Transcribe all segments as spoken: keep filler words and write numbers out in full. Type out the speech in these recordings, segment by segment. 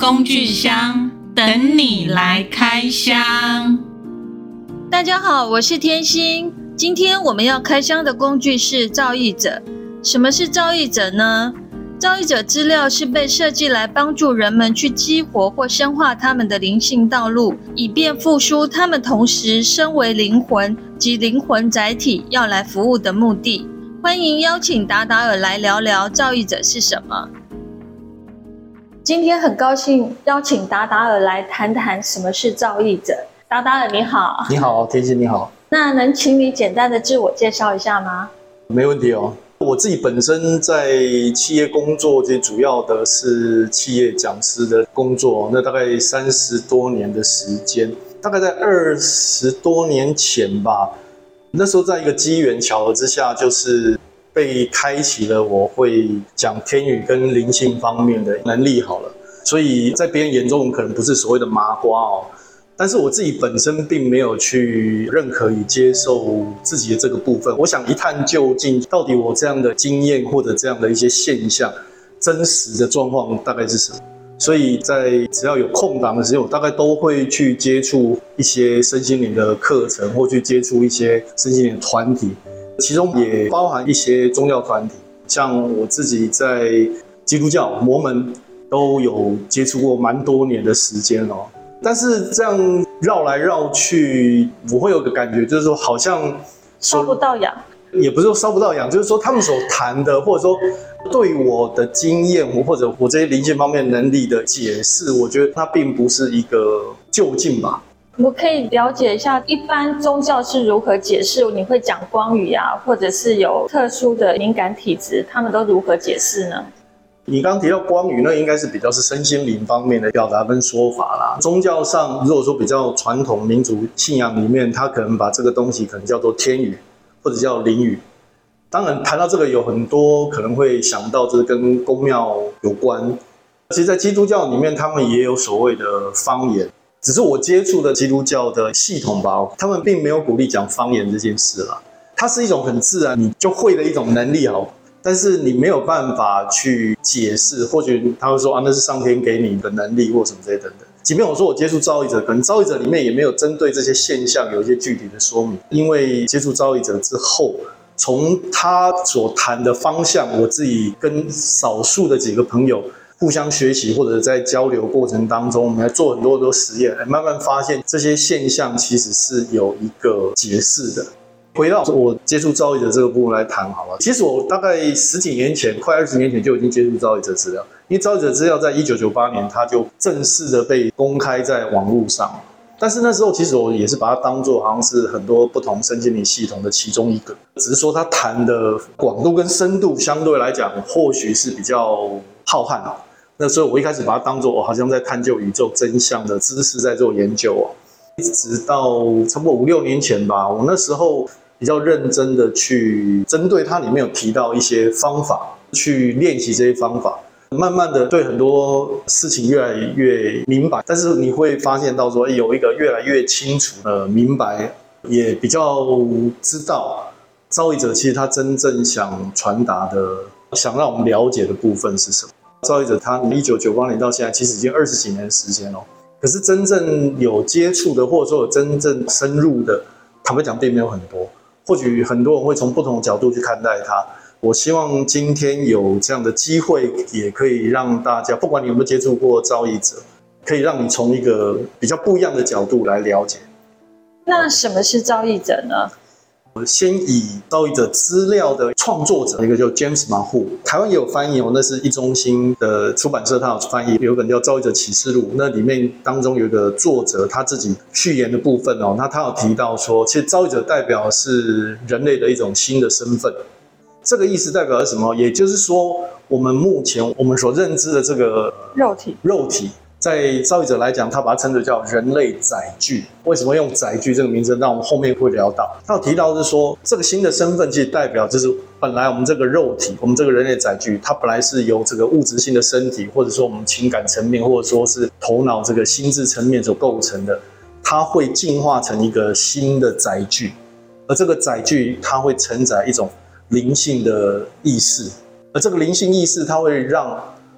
工具箱，等你来开箱。 大家好，我是天心。今天我们要开箱的工具是造诣者。什么是造诣者呢？造诣者资料是被设计来帮助人们去激活或深化他们的灵性道路，以便复苏他们同时身为灵魂及灵魂载体要来服务的目的。欢迎邀请达达尔来聊聊造诣者是什么。今天很高兴邀请达达尔来谈谈什么是造诣者。达达尔你好。 你好，天心你好。 那能请你简单的自我介绍一下吗？ 没问题哦。我自己本身在企业工作，这主要的是企业讲师的工作，那大概三十多年的时间，大概在二十多年前吧。那时候在一个机缘巧合之下，就是被开启了我会讲天语跟灵性方面的能力好了，所以在别人眼中可能不是所谓的麻瓜哦。但是我自己本身并没有去认可与接受自己的这个部分，我想一探究竟，到底我这样的经验或者这样的一些现象，真实的状况大概是什么？所以在只要有空档的时候，我大概都会去接触一些身心灵的课程，或去接触一些身心灵的团体，其中也包含一些宗教团体，像我自己在基督教、摩门都有接触过蛮多年的时间哦。但是这样绕来绕去，我会有个感觉，就是说好像烧不到痒， 也不是说烧不到痒，就是说他们所谈的，或者说对我的经验，或者我这些灵性方面能力的解释，我觉得它并不是一个究竟吧。 我可以了解一下，一般宗教是如何解释？你会讲光语啊，或者是有特殊的敏感体质，他们都如何解释呢？ 你刚刚提到光语，那应该是比较是身心灵方面的表达跟说法啦。宗教上，如果说比较传统民族信仰里面，他可能把这个东西可能叫做天语，或者叫灵语。当然，谈到这个有很多可能会想到，这跟宫庙有关。其实，在基督教里面，他们也有所谓的方言，只是我接触的基督教的系统吧，他们并没有鼓励讲方言这件事啦。它是一种很自然你就会的一种能力好。但是你没有办法去解释，或许他会说啊，那是上天给你的能力或什么之类等等。即便我说我接触造诣者，可能造诣者里面也没有针对这些现象有一些具体的说明。因为接触造诣者之后，从他所谈的方向，我自己跟少数的几个朋友互相学习，或者在交流过程当中，我们来做很多很多实验，慢慢发现这些现象其实是有一个解释的。回到我接触造诣者这个部分来谈好了。其实我大概十几年前，快二十年前就已经接触造诣者资料，因为造诣者资料在一九九八年它就正式的被公开在网络上。但是那时候其实我也是把它当作好像是很多不同身心灵系统的其中一个，只是说它谈的广度跟深度相对来讲或许是比较浩瀚。那所以我一开始把它当作我好像在探究宇宙真相的知识在做研究哦。一直到差不多五六年前吧，我那时候比较认真的去针对它里面有提到一些方法，去练习这些方法，慢慢的对很多事情越来越明白。但是你会发现到说有一个越来越清楚的明白，也比较知道造诣者其实他真正想传达的，想让我们了解的部分是什么。造诣者他一九九八年到现在其实已经二十几年的时间了，可是真正有接触的或者说有真正深入的，坦白讲并没有很多。或许很多人会从不同的角度去看待它。我希望今天有这样的机会，也可以让大家，不管你有没有接触过造诣者，可以让你从一个比较不一样的角度来了解。 那什么是造诣者呢？ 我先以造诣者资料的创作者，一个叫 James Mahu， 台湾也有翻译哦，那是一中心的出版社，他有翻译，有一本叫《造诣者启示录》，那里面当中有一个作者他自己序言的部分哦，那他有提到说，其实造诣者代表的是人类的一种新的身份，这个意思代表是什么？也就是说，我们目前我们所认知的这个肉体， 肉体。在造诣者来讲，他把它称作叫人类载具。为什么用载具这个名称？那我们后面会聊到。他有提到是说，这个新的身份其实代表就是本来我们这个肉体，我们这个人类载具，它本来是由这个物质性的身体，或者说我们情感层面，或者说是头脑这个心智层面所构成的，它会进化成一个新的载具，而这个载具它会承载一种灵性的意识，而这个灵性意识它会让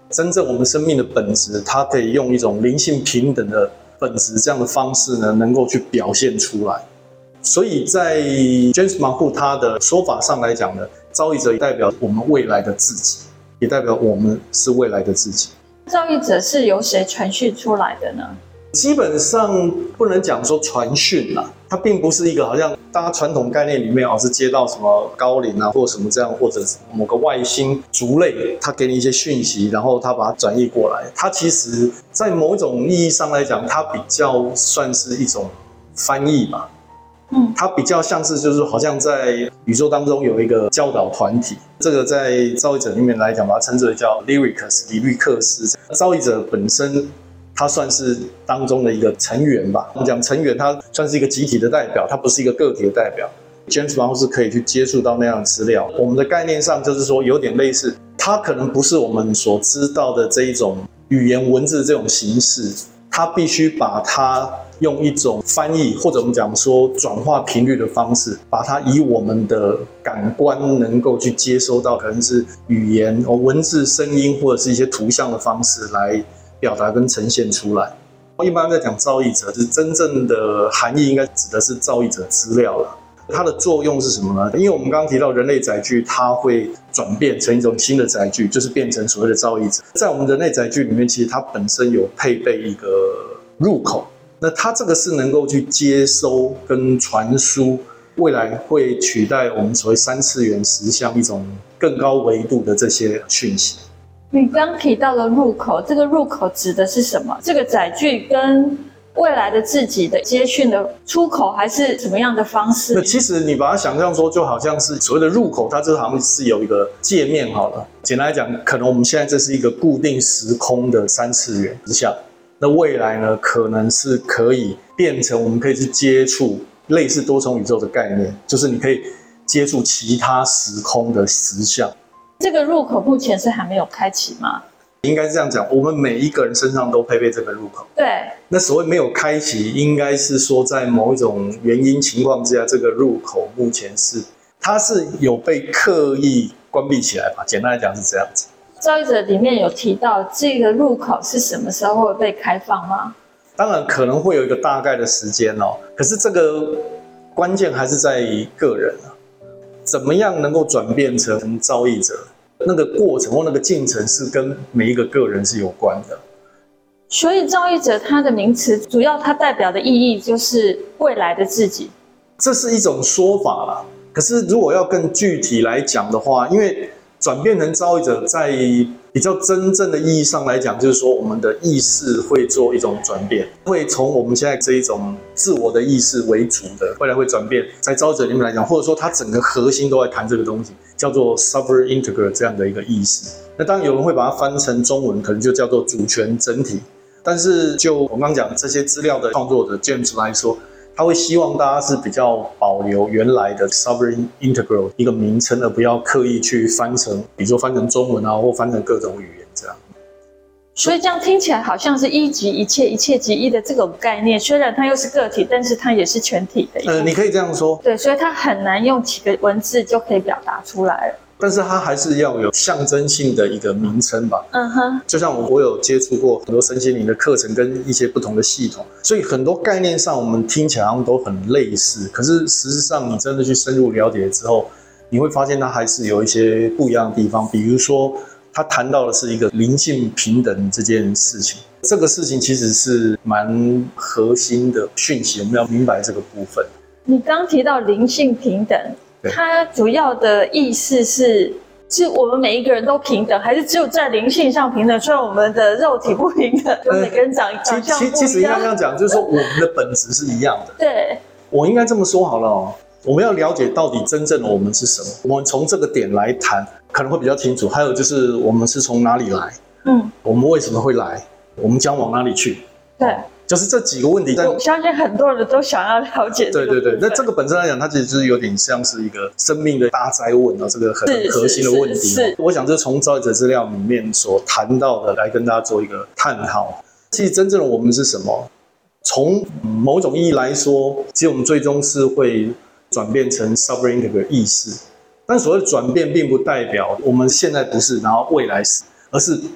真正我们生命的本质，它可以用一种灵性平等的本质这样的方式呢，能够去表现出来。所以在 James Monroe 他的说法上来讲呢，造诣者代表我们未来的自己，也代表我们是未来的自己。 造诣者是由谁传讯出来的呢？ 基本上不能讲说传讯啦，它并不是一个好像大家传统概念里面哦是接到什么高龄啊或什么这样，或者某个外星族类，它给你一些讯息，然后它把它转译过来。它其实在某种意义上来讲，它比较算是一种翻译吧。嗯，它比较像是就是好像在宇宙当中有一个教导团体，这个在造诣者里面来讲，把它称之为叫 Lyricus 李律克斯。造诣者本身，他算是当中的一个成员吧。我们讲成员，他算是一个集体的代表，他不是一个个体的代表。James Monroe 是可以去接触到那样的资料。我们的概念上就是说，有点类似，它可能不是我们所知道的这一种语言文字这种形式，它必须把它用一种翻译，或者我们讲说转化频率的方式，把它以我们的感官能够去接收到，可能是语言、文字、声音或者是一些图像的方式来表达跟呈现出来。一般在讲造诣者，就是真正的含义应该指的是造诣者资料了。它的作用是什么呢？因为我们刚刚提到人类载具，它会转变成一种新的载具，就是变成所谓的造诣者。在我们人类载具里面，其实它本身有配备一个入口。那它这个是能够去接收跟传输，未来会取代我们所谓三次元实相一种更高维度的这些讯息。 你刚提到的入口，这个入口指的是什么？这个载具跟未来的自己的接讯的出口，还是什么样的方式？ 那其实你把它想象说，就好像是所谓的入口，它这好像是有一个界面好了。简单来讲，可能我们现在这是一个固定时空的三次元之下。那未来呢，可能是可以变成我们可以去接触类似多重宇宙的概念，就是你可以接触其他时空的实相。 这个入口目前是还没有开启吗？ 应该是这样讲，我们每一个人身上都配备这个入口。 对。 那所谓没有开启，应该是说在某一种原因情况之下，这个入口目前是它是有被刻意关闭起来吧？简单来讲是这样子。 造诣者里面有提到这个入口是什么时候会被开放吗？ 当然可能会有一个大概的时间哦，可是这个关键还是在个人啊，怎么样能够转变成造诣者，那个过程或那个进程是跟每一个个人是有关的。 所以造诣者它的名词主要它代表的意义就是未来的自己， 这是一种说法啦。可是如果要更具体来讲的话，因为转变成造诣者，在比较真正的意义上来讲，就是说我们的意识会做一种转变，会从我们现在这一种自我的意识为主的，未来会转变。在造诣者里面来讲，或者说它整个核心都在谈这个东西，叫做 sovereign integer 这样的一个意识。那当然有人会把它翻成中文，可能就叫做主权整体。但是就我刚刚讲这些资料的创作者 James 来说，他会希望大家是比较保留原来的 sovereign integral 一个名称，而不要刻意去翻成，比如说翻成中文啊，或翻成各种语言这样。 所以这样听起来好像是一即一切，一切即一的这种概念，虽然它又是个体，但是它也是全体的一部分。 呃，你可以这样说。 对，所以它很难用几个文字就可以表达出来了。 但是它还是要有象征性的一个名称吧。 嗯哼， 就像我我有接触过很多身心灵的课程跟一些不同的系统，所以很多概念上我们听起来好像都很类似，可是实质上你真的去深入了解之后，你会发现它还是有一些不一样的地方。比如说他谈到的是一个灵性平等这件事情，这个事情其实是蛮核心的讯息，我们要明白这个部分。 你刚提到灵性平等，它主要的意思是，是我们每一个人都平等，还是只有在灵性上平等？虽然我们的肉体不平等，就每个人长长相不一样。 其实应该这样讲，就是说我们的本质是一样的。 对， 我应该这么说好了哦。我们要了解到底真正的我们是什么，我们从这个点来谈，可能会比较清楚。还有就是我们是从哪里来，嗯，我们为什么会来，我们将往哪里去？ 对。 就是这几个问题， 我相信很多人都想要了解这个。 对对对，那这个本身来讲，它其实就是有点像是一个生命的大哉问哦，这个很核心的问题。是，我想这是从造诣者资料里面所谈到的，来跟大家做一个探讨。其实真正的我们是什么？从某种意义来说，其实我们最终是会转变成 sovereign integer 意识。但所谓的转变，并不代表我们现在不是，然后未来是，而是本来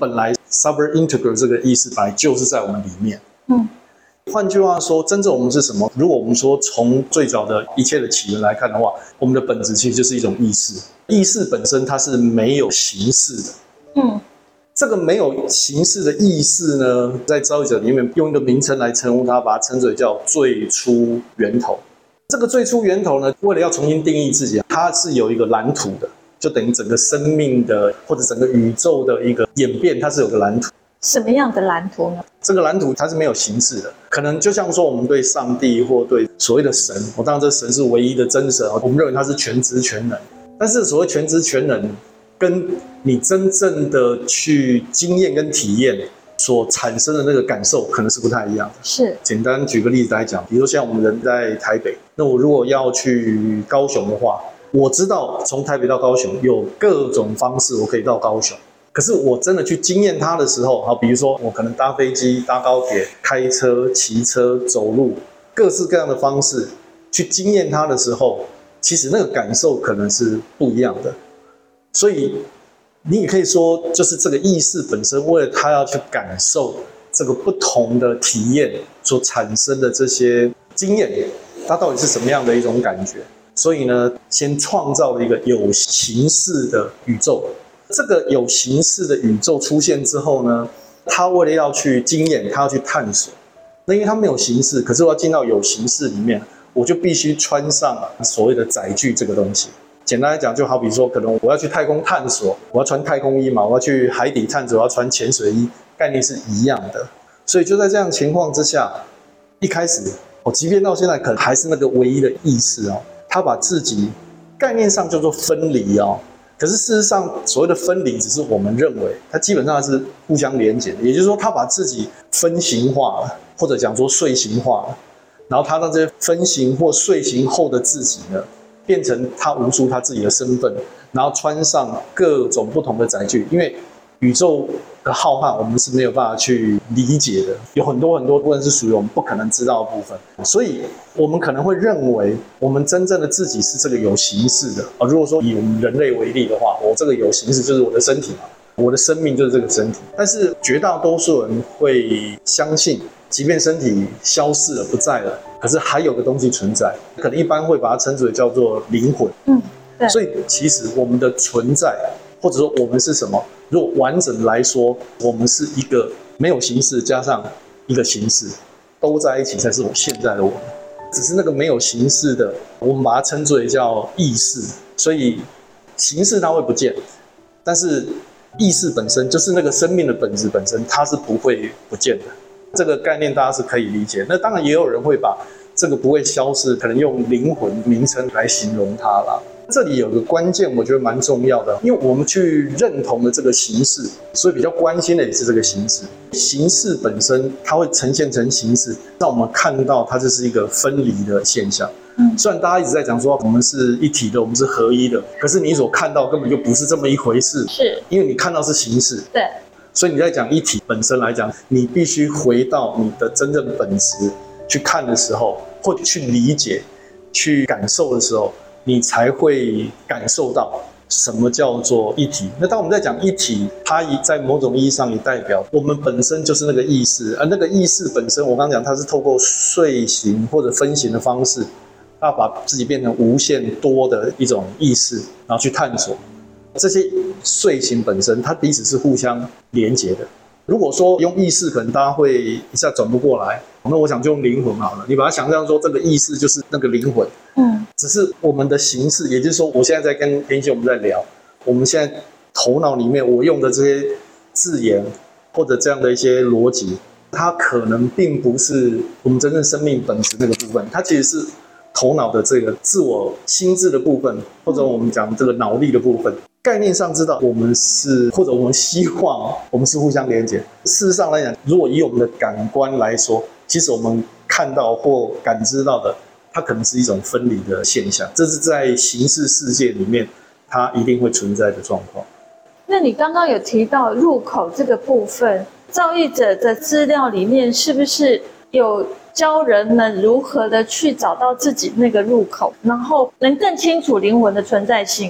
，super integer 这个意思本来就是在我们里面。 嗯， 换句话说，真正我们是什么？如果我们说从最早的一切的起源来看的话，我们的本质其实就是一种意识。意识本身它是没有形式的。 嗯， 这个没有形式的意识呢，在造诣者里面用一个名称来称呼它，把它称之为叫最初源头。这个最初源头呢，为了要重新定义自己，它是有一个蓝图的，就等于整个生命的或者整个宇宙的一个演变，它是有个蓝图。 什么样的蓝图呢？ 这个蓝图它是没有形式的，可能就像说我们对上帝或对所谓的神，我当然这神是唯一的真神，我们认为他是全知全能。但是所谓全知全能，跟你真正的去经验跟体验所产生的那个感受，可能是不太一样的。 是， 简单举个例子来讲，比如说像我们人在台北，那我如果要去高雄的话，我知道从台北到高雄有各种方式我可以到高雄。可是我真的去经验它的时候，好，比如说我可能搭飞机、搭高铁、开车、骑车、走路，各式各样的方式去经验它的时候，其实那个感受可能是不一样的。所以你也可以说，就是这个意识本身，为了它要去感受这个不同的体验所产生的这些经验，它到底是什么样的一种感觉？所以呢，先创造了一个有形式的宇宙。这个有形式的宇宙出现之后呢，他为了要去经验，他要去探索。那因为他没有形式，可是我要进到有形式里面，我就必须穿上所谓的载具这个东西。简单来讲，就好比说，可能我要去太空探索，我要穿太空衣嘛；我要去海底探索，我要穿潜水衣，概念是一样的。所以就在这样的情况之下，一开始，我即便到现在，可能还是那个唯一的意识哦，他把自己概念上叫做分离哦。可是事实上，所谓的分离，只是我们认为它基本上是互相连结的，也就是说，他把自己分形化了，或者讲说碎形化了，然后他让这些分形或碎形后的自己呢，变成他无数他自己的身份，然后穿上各种不同的载具，因为宇宙的浩瀚，我们是没有办法去理解的，有很多很多部分是属于我们不可能知道的部分，所以我们可能会认为我们真正的自己是这个有形式的。如果说以我们人类为例的话，我这个有形式就是我的身体嘛，我的生命就是这个身体。但是绝大多数人会相信，即便身体消失了不在了，可是还有个东西存在，可能一般会把它称之为叫做灵魂。 嗯，对。 所以其实我们的存在，或者说我们是什么，如果完整来说，我们是一个没有形式加上一个形式都在一起才是我现在的我们。只是那个没有形式的，我们把它称之为叫意识。所以形式它会不见，但是意识本身就是那个生命的本质本身，它是不会不见的。这个概念大家是可以理解。那当然也有人会把这个不会消失，可能用灵魂名称来形容它啦。这里有个关键，我觉得蛮重要的，因为我们去认同的这个形式，所以比较关心的也是这个形式。形式本身它会呈现成形式，让我们看到它就是一个分离的现象。嗯，虽然大家一直在讲说我们是一体的，我们是合一的，可是你所看到根本就不是这么一回事。 是， 因为你看到是形式。 对。 所以你在讲一体本身来讲，你必须回到你的真正本质去看的时候，或者去理解、去感受的时候，你才会感受到什么叫做一体。那当我们在讲一体，它在某种意义上也代表我们本身就是那个意识，而那个意识本身，我刚刚讲它是透过碎形或者分形的方式，它把自己变成无限多的一种意识，然后去探索。这些碎形本身，它彼此是互相连结的。如果说用意识，可能大家会一下转不过来。那我想就用灵魂好了，你把它想象说这个意识就是那个灵魂。嗯，只是我们的形式，也就是说，我现在在跟天心我们在聊，我们现在头脑里面我用的这些字眼或者这样的一些逻辑，它可能并不是我们真正生命本质那个部分，它其实是头脑的这个自我心智的部分，或者我们讲这个脑力的部分。概念上知道我们是，或者我们希望我们是互相连接。事实上来讲，如果以我们的感官来说，其实我们看到或感知到的，它可能是一种分离的现象，这是在形式世界里面它一定会存在的状况。 那你刚刚有提到入口这个部分，造诣者的资料里面是不是有教人们如何的去找到自己那个入口，然后能更清楚灵魂的存在性？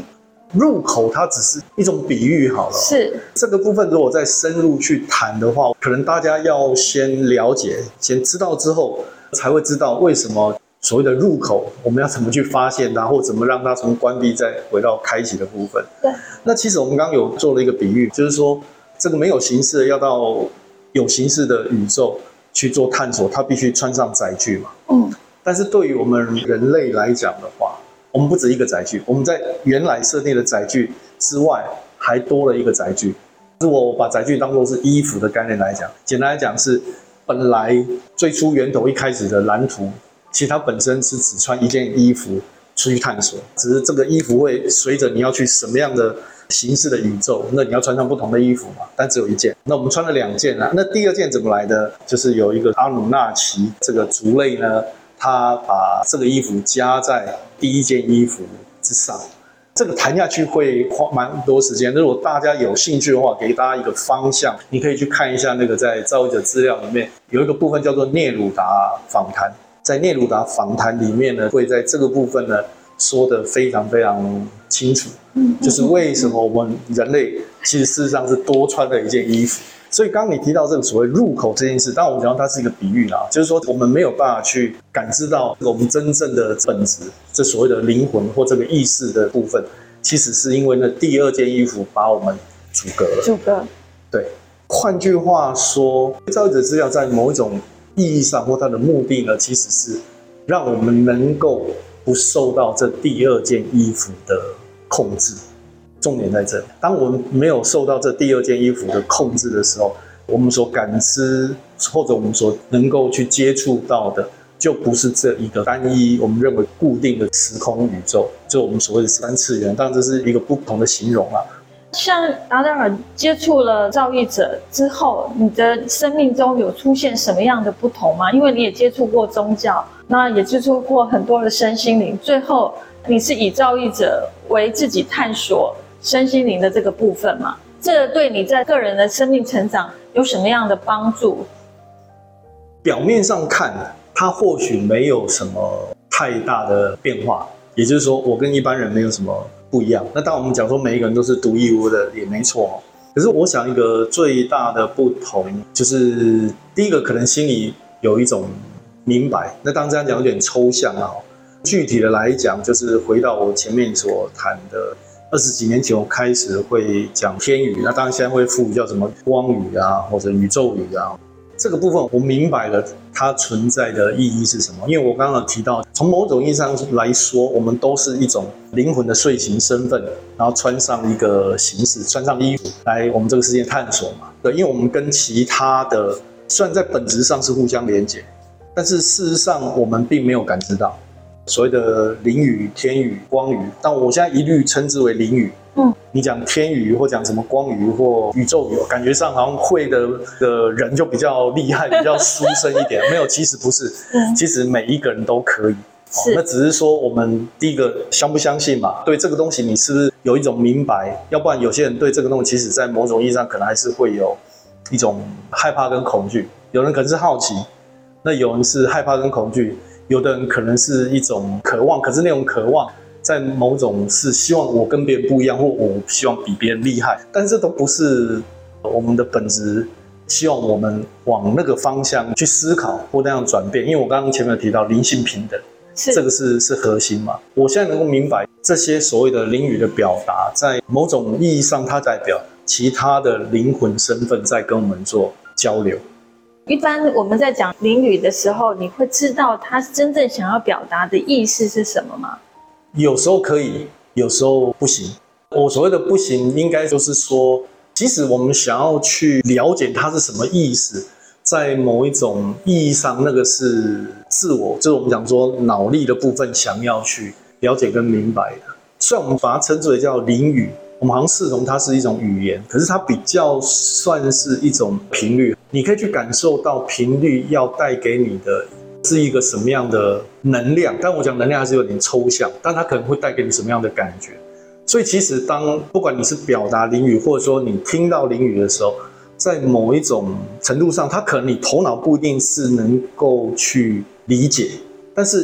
入口它只是一种比喻好了， 是这个部分如果再深入去谈的话，可能大家要先了解，先知道之后，才会知道为什么所谓的入口，我们要怎么去发现它，或怎么让它从关闭再回到开启的部分。 对， 那其实我们刚刚有做了一个比喻，就是说这个没有形式的要到有形式的宇宙去做探索，它必须穿上载具嘛。 嗯， 但是对于我们人类来讲的话，我们不止一个载具，我们在原来设定的载具之外，还多了一个载具。如果我把载具当作是衣服的概念来讲，简单来讲是本来最初源头一开始的蓝图，其实它本身是只穿一件衣服出去探索，只是这个衣服会随着你要去什么样的形式的宇宙，那你要穿上不同的衣服嘛，但只有一件。那我们穿了两件啊，那第二件怎么来的？就是有一个阿努纳奇这个族类呢，他把这个衣服加在第一件衣服之上。这个谈下去会花蛮多时间，如果大家有兴趣的话，给大家一个方向，你可以去看一下那个在造诣者资料里面有一个部分叫做聂鲁达访谈，在聂鲁达访谈里面呢，会在这个部分呢说得非常非常清楚，就是为什么我们人类其实事实上是多穿了一件衣服。所以刚刚你提到这个所谓入口这件事，当然我们讲它是一个比喻啦，就是说我们没有办法去感知到我们真正的本质，这所谓的灵魂或这个意识的部分，其实是因为那第二件衣服把我们阻隔了。 阻隔。 对，换句话说，造诣者资料在某一种意义上或它的目的呢，其实是让我们能够不受到这第二件衣服的控制。重点在这里，当我们没有受到这第二件衣服的控制的时候，我们所感知或者我们所能够去接触到的，就不是这一个单一我们认为固定的时空宇宙，就我们所谓的三次元。当然这是一个不同的形容啦。 像达达尔接触了造诣者之后，你的生命中有出现什么样的不同吗？因为你也接触过宗教，那也接触过很多的身心灵，最后你是以造诣者为自己探索身心灵的这个部分嘛，这对你在个人的生命成长有什么样的帮助？ 表面上看，它或许没有什么太大的变化，也就是说，我跟一般人没有什么不一样。那当我们讲说每一个人都是独一无二的，也没错。可是我想一个最大的不同，就是第一个可能心里有一种明白。那当然这样讲有点抽象啊。具体的来讲，就是回到我前面所谈的。二十几年前我开始会讲天语，那当然现在会赋予叫什么光语啊，或者宇宙语啊。这个部分我明白了它存在的意义是什么，因为我刚刚有提到，从某种意义上来说，我们都是一种灵魂的睡行身份，然后穿上一个形式，穿上衣服来我们这个世界探索嘛。对，因为我们跟其他的虽然在本质上是互相连结，但是事实上我们并没有感知到。所谓的灵语、天语、光语，但我现在一律称之为灵语。嗯，你讲天语或讲什么光语或宇宙语，感觉上好像会的的人就比较厉害，比较殊胜一点。没有，其实不是，其实每一个人都可以。哦、那只是说我们第一个相不相信嘛？对这个东西你是不是有一种明白？要不然有些人对这个东西，其实在某种意义上可能还是会有一种害怕跟恐惧。有人可能是好奇，那有人是害怕跟恐惧。有的人可能是一种渴望，可是那种渴望在某种是希望我跟别人不一样，或我希望比别人厉害，但这都不是我们的本质，希望我们往那个方向去思考或那样转变。因为我刚刚前面有提到灵性平等，这个是是核心嘛。我现在能够明白这些所谓的灵语的表达，在某种意义上它代表其他的灵魂身份在跟我们做交流。 一般我们在讲灵语的时候，你会知道他真正想要表达的意思是什么吗？ 有时候可以，有时候不行。我所谓的不行，应该就是说，即使我们想要去了解它是什么意思，在某一种意义上，那个是自我，就是我们讲说脑力的部分想要去了解跟明白的。虽然我们把它称之为叫灵语，我们好像视同它是一种语言，可是它比较算是一种频率。你可以去感受到频率要带给你的是一个什么样的能量，但我讲能量还是有点抽象，但它可能会带给你什么样的感觉。所以其实当不管你是表达灵语，或者说你听到灵语的时候，在某一种程度上，它可能你头脑不一定是能够去理解，但是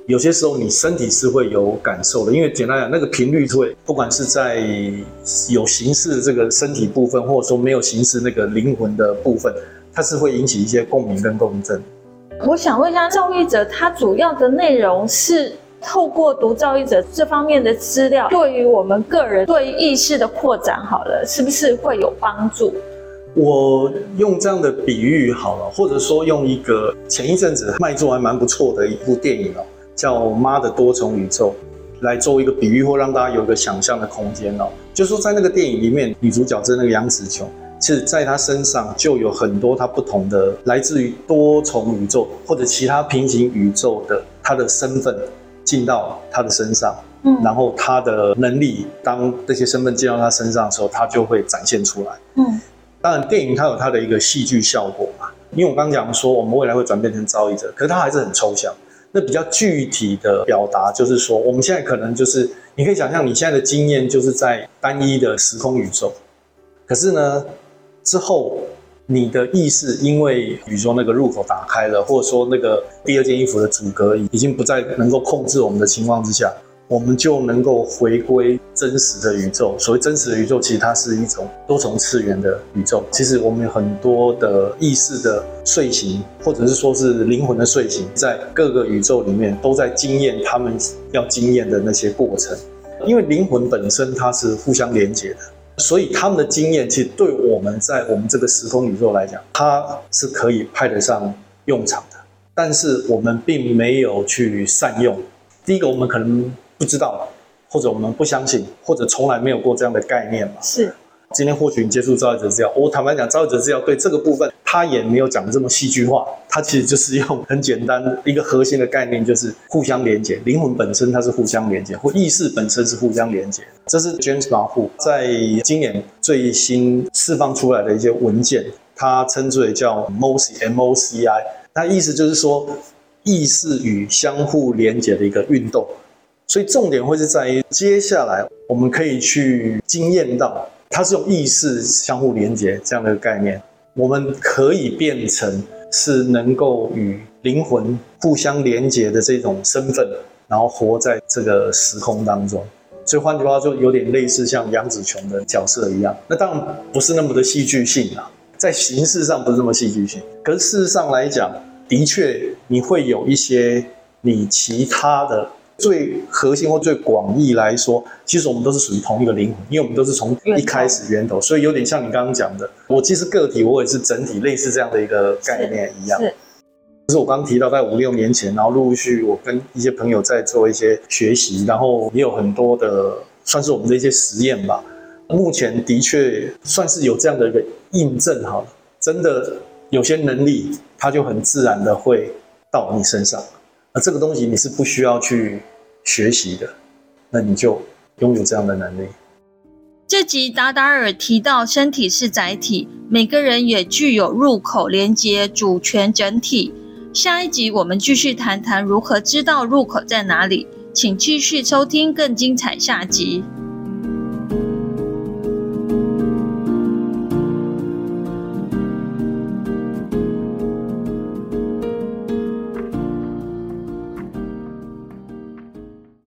有些时候你身体是会有感受的，因为简单讲，那个频率会，不管是在有形式的这个身体部分，或者说没有形式那个灵魂的部分，它是会引起一些共鸣跟共振。 我想问一下，造诣者它主要的内容是透过读造诣者这方面的资料，对于我们个人对于意识的扩展，好了，是不是会有帮助？ 我用这样的比喻好了，或者说用一个前一阵子卖座还蛮不错的一部电影哦，叫《妈的多重宇宙》，来做一个比喻或让大家有一个想象的空间哦。就是说在那个电影里面，女主角是那个杨紫琼，其实在她身上就有很多她不同的来自于多重宇宙或者其他平行宇宙的她的身份进到她的身上。嗯，然后她的能力，当这些身份进到她身上的时候，她就会展现出来。嗯。当然，电影它有它的一个戏剧效果嘛，因为我刚刚讲说我们未来会转变成造诣者，可是它还是很抽象。那比较具体的表达就是说，我们现在可能就是你可以想象你现在的经验就是在单一的时空宇宙，可是呢，之后你的意识因为比如说那个入口打开了，或者说那个第二件衣服的阻隔已经不再能够控制我们的情况之下，我们就能够回归真实的宇宙。所谓真实的宇宙，其实它是一种多重次元的宇宙。其实我们有很多的意识的睡醒，或者是说是灵魂的睡醒，在各个宇宙里面都在经验他们要经验的那些过程。因为灵魂本身它是互相连结的，所以他们的经验其实对我们在我们这个时空宇宙来讲，它是可以派得上用场的。但是我们并没有去善用。第一个，我们可能不知道，或者我们不相信，或者从来没有过这样的概念嘛。 是。 今天或许你接触造诣者资料，我坦白讲，造诣者资料对这个部分，他也没有讲这么戏剧化，他其实就是用很简单的一个核心的概念，就是互相连结。灵魂本身它是互相连结，或意识本身是互相连结。这是 James 马户在今年最新释放出来的一些文件，他称之为叫 M O C I M O C I， 它意思就是说意识与相互连结的一个运动。所以重点会是在于接下来我们可以去经验到，它是用意识相互连结这样的概念，我们可以变成是能够与灵魂互相连结的这种身份，然后活在这个时空当中。所以换句话说，就有点类似像杨紫琼的角色一样。那当然不是那么的戏剧性啊，在形式上不是那么戏剧性，可是事实上来讲，的确你会有一些你其他的。最核心或最广义来说，其实我们都是属于同一个灵魂，因为我们都是从一开始源头，所以有点像你刚刚讲的，我既是个体，我也是整体，类似这样的一个概念一样。是，就是我刚刚提到，在五六年前，然后陆续我跟一些朋友在做一些学习，然后也有很多的算是我们的一些实验吧。目前的确算是有这样的一个印证好了，真的有些能力，它就很自然的会到你身上。而这个东西你是不需要去学习的，那你就拥有这样的能力。 这集达达尔提到身体是载体，每个人也具有入口、连结、主权、整体。下一集我们继续谈谈如何知道入口在哪里，请继续收听更精彩下集。